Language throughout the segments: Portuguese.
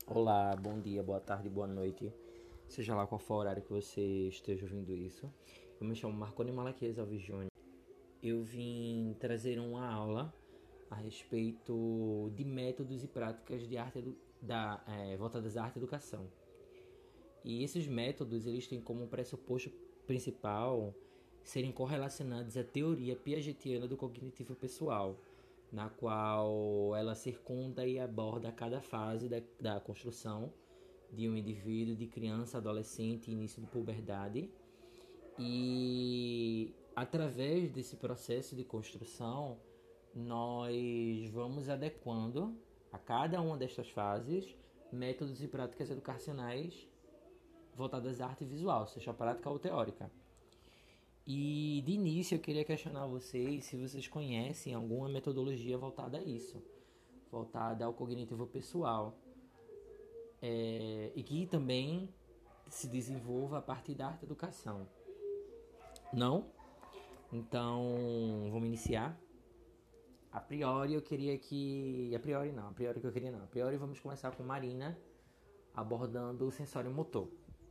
Olá, bom dia, boa tarde, boa noite, seja lá qual for o horário que você esteja ouvindo isso. Eu me chamo Marconi Malaquias Alves Júnior. Eu vim trazer uma aula a respeito de métodos e práticas de voltadas à arte e educação. E esses métodos eles têm como pressuposto principal serem correlacionados à teoria piagetiana do cognitivo pessoal, na qual ela circunda e aborda cada fase da construção de um indivíduo, de criança, adolescente, início de puberdade. E através desse processo de construção, nós vamos adequando a cada uma destas fases métodos e práticas educacionais voltadas à arte visual, seja prática ou teórica. E de início eu queria questionar vocês se vocês conhecem alguma metodologia voltada a isso, voltada ao cognitivo pessoal, e que também se desenvolva a partir da arte educação. Não? Então, vamos iniciar. A priori eu queria que... A priori não, a priori que eu queria não. A priori vamos começar com Marina abordando o sensório motor.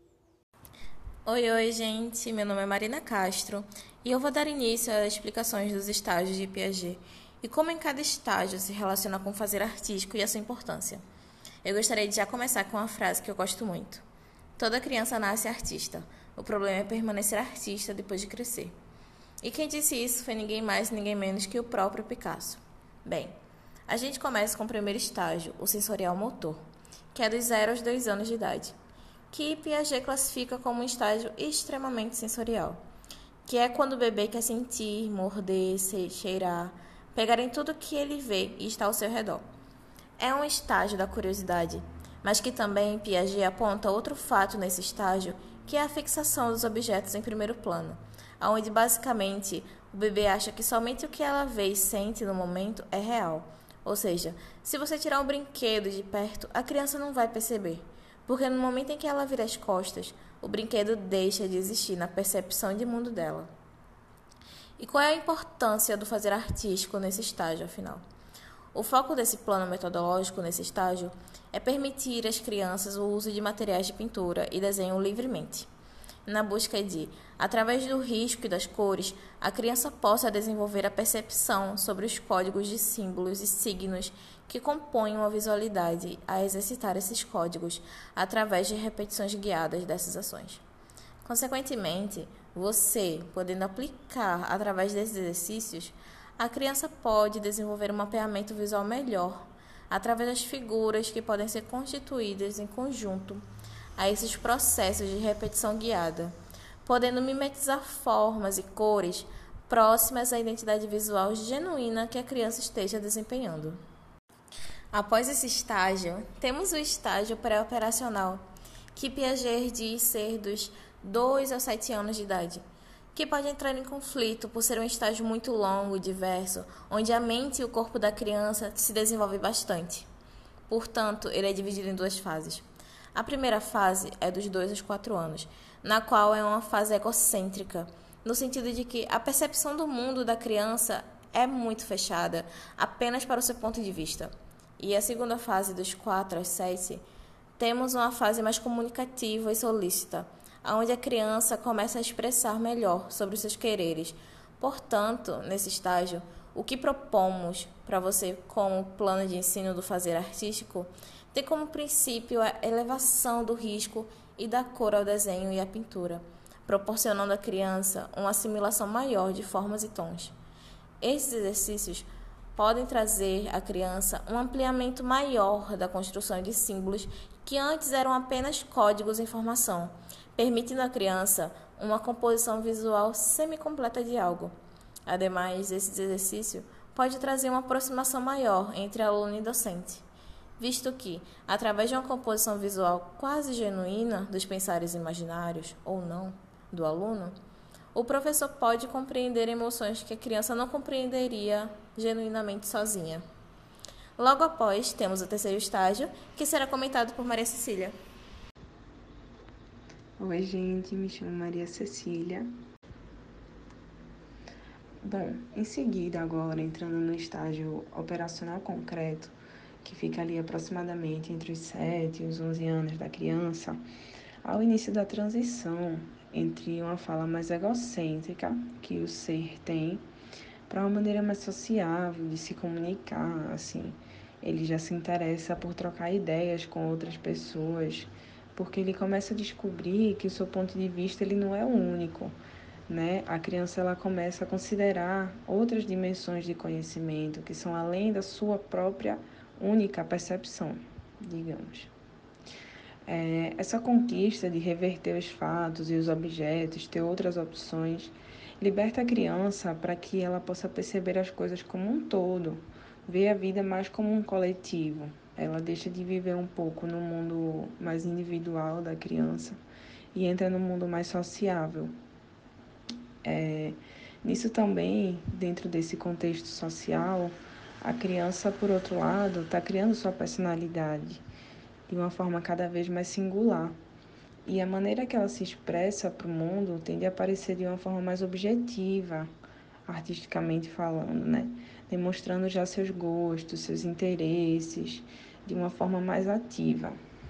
Oi, gente. Meu nome é Marina Castro e eu vou dar início às explicações dos estágios de Piaget e como em cada estágio se relaciona com o fazer artístico e a sua importância. Eu gostaria de já começar com uma frase que eu gosto muito. Toda criança nasce artista. O problema é permanecer artista depois de crescer. E quem disse isso foi ninguém mais, ninguém menos que o próprio Picasso. Bem, a gente começa com o primeiro estágio, o sensorial motor, que é dos 0 aos 2 anos de idade, que Piaget classifica como um estágio extremamente sensorial, que é quando o bebê quer sentir, morder, cheirar, pegar em tudo que ele vê e está ao seu redor. É um estágio da curiosidade, mas que também Piaget aponta outro fato nesse estágio, que é a fixação dos objetos em primeiro plano, onde basicamente o bebê acha que somente o que ela vê e sente no momento é real. Ou seja, se você tirar um brinquedo de perto, a criança não vai perceber, porque no momento em que ela vira as costas, o brinquedo deixa de existir na percepção de mundo dela. E qual é a importância do fazer artístico nesse estágio, afinal? O foco desse plano metodológico nesse estágio é permitir às crianças o uso de materiais de pintura e desenho livremente, na busca de, através do risco e das cores, a criança possa desenvolver a percepção sobre os códigos de símbolos e signos que compõem uma visualidade a exercitar esses códigos através de repetições guiadas dessas ações. Consequentemente, você, podendo aplicar através desses exercícios, a criança pode desenvolver um mapeamento visual melhor através das figuras que podem ser constituídas em conjunto a esses processos de repetição guiada, podendo mimetizar formas e cores próximas à identidade visual genuína que a criança esteja desempenhando. Após esse estágio, temos o estágio pré-operacional, que Piaget diz ser dos 2 aos 7 anos de idade, que pode entrar em conflito por ser um estágio muito longo e diverso, onde a mente e o corpo da criança se desenvolvem bastante. Portanto, ele é dividido em 2 fases. A primeira fase é dos 2 aos 4 anos, na qual é uma fase egocêntrica, no sentido de que a percepção do mundo da criança é muito fechada, apenas para o seu ponto de vista. E a segunda fase, dos 4 aos 7, temos uma fase mais comunicativa e solícita, onde a criança começa a expressar melhor sobre os seus quereres. Portanto, nesse estágio, o que propomos para você como plano de ensino do fazer artístico tem como princípio a elevação do risco e da cor ao desenho e à pintura, proporcionando à criança uma assimilação maior de formas e tons. Esses exercícios podem trazer à criança um ampliamento maior da construção de símbolos que antes eram apenas códigos em formação, permitindo à criança uma composição visual semi-completa de algo. Ademais, esse exercício pode trazer uma aproximação maior entre aluno e docente, visto que, através de uma composição visual quase genuína dos pensares imaginários, ou não, do aluno, o professor pode compreender emoções que a criança não compreenderia genuinamente sozinha. Logo após, temos o terceiro estágio, que será comentado por Maria Cecília. Oi, gente, me chamo Maria Cecília. Bom, em seguida, agora, entrando no estágio operacional concreto, que fica ali aproximadamente entre os 7 e os 11 anos da criança, ao início da transição entre uma fala mais egocêntrica que o ser tem para uma maneira mais sociável de se comunicar, assim. Ele já se interessa por trocar ideias com outras pessoas, porque ele começa a descobrir que o seu ponto de vista ele não é o único, né? A criança ela começa a considerar outras dimensões de conhecimento que são além da sua própria única percepção, digamos. Essa conquista de reverter os fatos e os objetos, ter outras opções, liberta a criança para que ela possa perceber as coisas como um todo, ver a vida mais como um coletivo. Ela deixa de viver um pouco no mundo mais individual da criança e entra no mundo mais sociável. Nisso também, dentro desse contexto social, a criança, por outro lado, está criando sua personalidade de uma forma cada vez mais singular. E a maneira que ela se expressa para o mundo tende a aparecer de uma forma mais objetiva, artisticamente falando, né? Demonstrando já seus gostos, seus interesses, de uma forma mais ativa.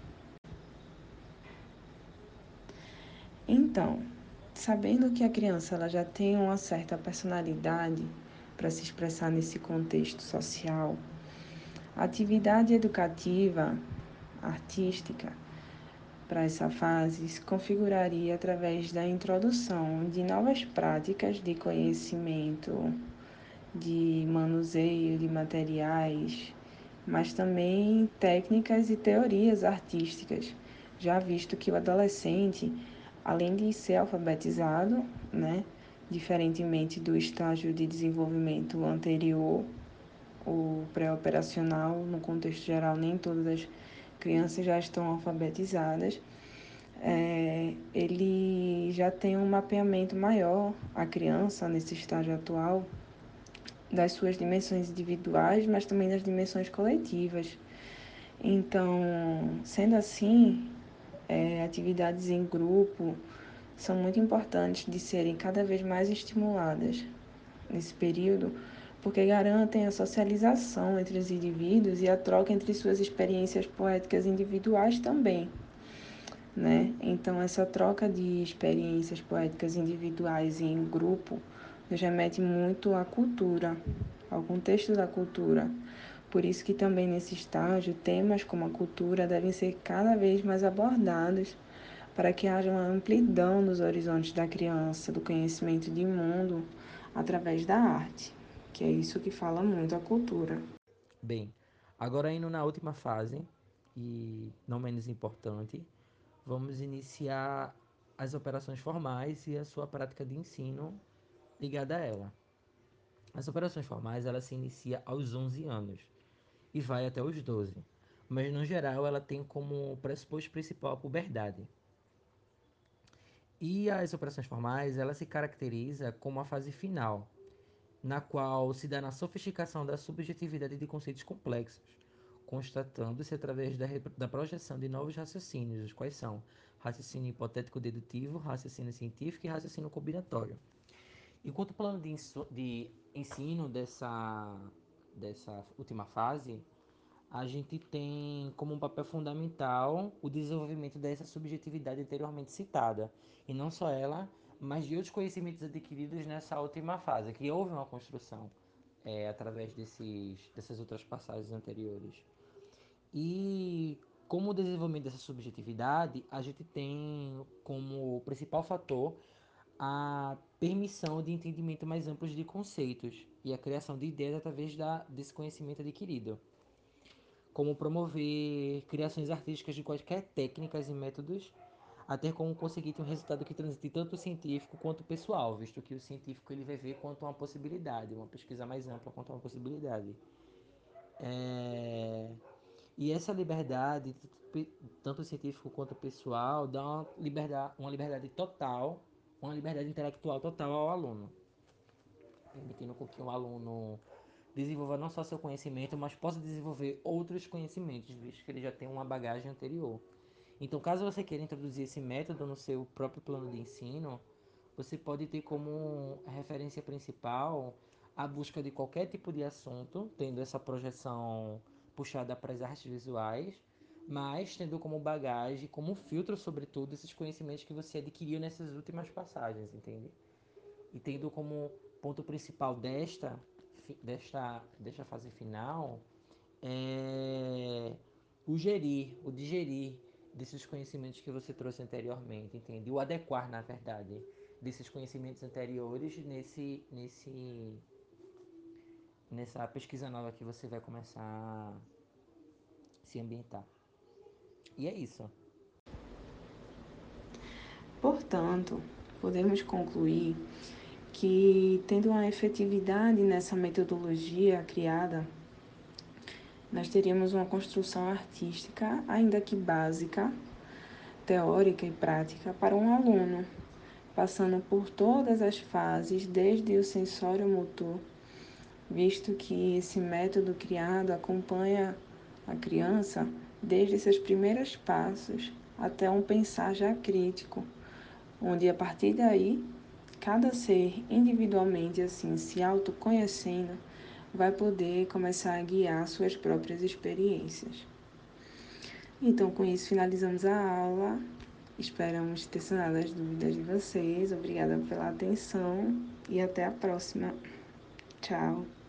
Então, sabendo que a criança ela já tem uma certa personalidade para se expressar nesse contexto social, a atividade educativa, artística, para essa fase se configuraria através da introdução de novas práticas de conhecimento, de manuseio de materiais, mas também técnicas e teorias artísticas, já visto que o adolescente, além de ser alfabetizado, né, diferentemente do estágio de desenvolvimento anterior, o pré-operacional, no contexto geral, nem todas as crianças já estão alfabetizadas, ele já tem um mapeamento maior, a criança, nesse estágio atual, das suas dimensões individuais, mas também das dimensões coletivas. Então, sendo assim, atividades em grupo são muito importantes de serem cada vez mais estimuladas nesse período, porque garantem a socialização entre os indivíduos e a troca entre suas experiências poéticas individuais também, né? Então, essa troca de experiências poéticas individuais e em grupo nos remete muito à cultura, ao contexto da cultura. Por isso que também nesse estágio, temas como a cultura devem ser cada vez mais abordados para que haja uma amplidão nos horizontes da criança, do conhecimento de mundo através da arte, que é isso que fala muito a cultura. Bem, agora indo na última fase, e não menos importante, vamos iniciar as operações formais e a sua prática de ensino ligada a ela. As operações formais ela se inicia aos 11 anos e vai até os 12, mas no geral ela tem como pressuposto principal a puberdade. E as operações formais ela se caracteriza como a fase final, na qual se dá na sofisticação da subjetividade de conceitos complexos, constatando-se através da projeção de novos raciocínios, os quais são raciocínio hipotético-dedutivo, raciocínio científico e raciocínio combinatório. Enquanto o plano de ensino dessa última fase, a gente tem como um papel fundamental o desenvolvimento dessa subjetividade anteriormente citada. E não só ela, mas de outros conhecimentos adquiridos nessa última fase, que houve uma construção através dessas outras passagens anteriores. E como o desenvolvimento dessa subjetividade, a gente tem como principal fator a permissão de entendimento mais amplos de conceitos e a criação de ideias através desse conhecimento adquirido, como promover criações artísticas de quaisquer técnicas e métodos, até como conseguir ter um resultado que transite tanto o científico quanto o pessoal, visto que o científico ele vai ver quanto uma possibilidade, uma pesquisa mais ampla quanto uma possibilidade. É... E essa liberdade, tanto científico quanto pessoal, dá uma liberdade total, uma liberdade intelectual total ao aluno, permitindo com que o aluno desenvolva não só seu conhecimento, mas possa desenvolver outros conhecimentos, visto que ele já tem uma bagagem anterior. Então, caso você queira introduzir esse método no seu próprio plano de ensino, você pode ter como referência principal a busca de qualquer tipo de assunto, tendo essa projeção puxada para as artes visuais, mas tendo como bagagem, como filtro, sobretudo, esses conhecimentos que você adquiriu nessas últimas passagens, entende? E tendo como ponto principal desta fase final o digerir desses conhecimentos que você trouxe anteriormente, entende? O adequar, na verdade, desses conhecimentos anteriores nessa pesquisa nova que você vai começar a se ambientar. E é isso. Portanto, podemos concluir que, tendo uma efetividade nessa metodologia criada, nós teríamos uma construção artística, ainda que básica, teórica e prática, para um aluno, passando por todas as fases, desde o sensório motor, visto que esse método criado acompanha a criança desde seus primeiros passos até um pensar já crítico, onde a partir daí, cada ser individualmente assim se autoconhecendo, vai poder começar a guiar suas próprias experiências. Então, com isso, finalizamos a aula. Esperamos ter sanado as dúvidas de vocês. Obrigada pela atenção e até a próxima. Tchau.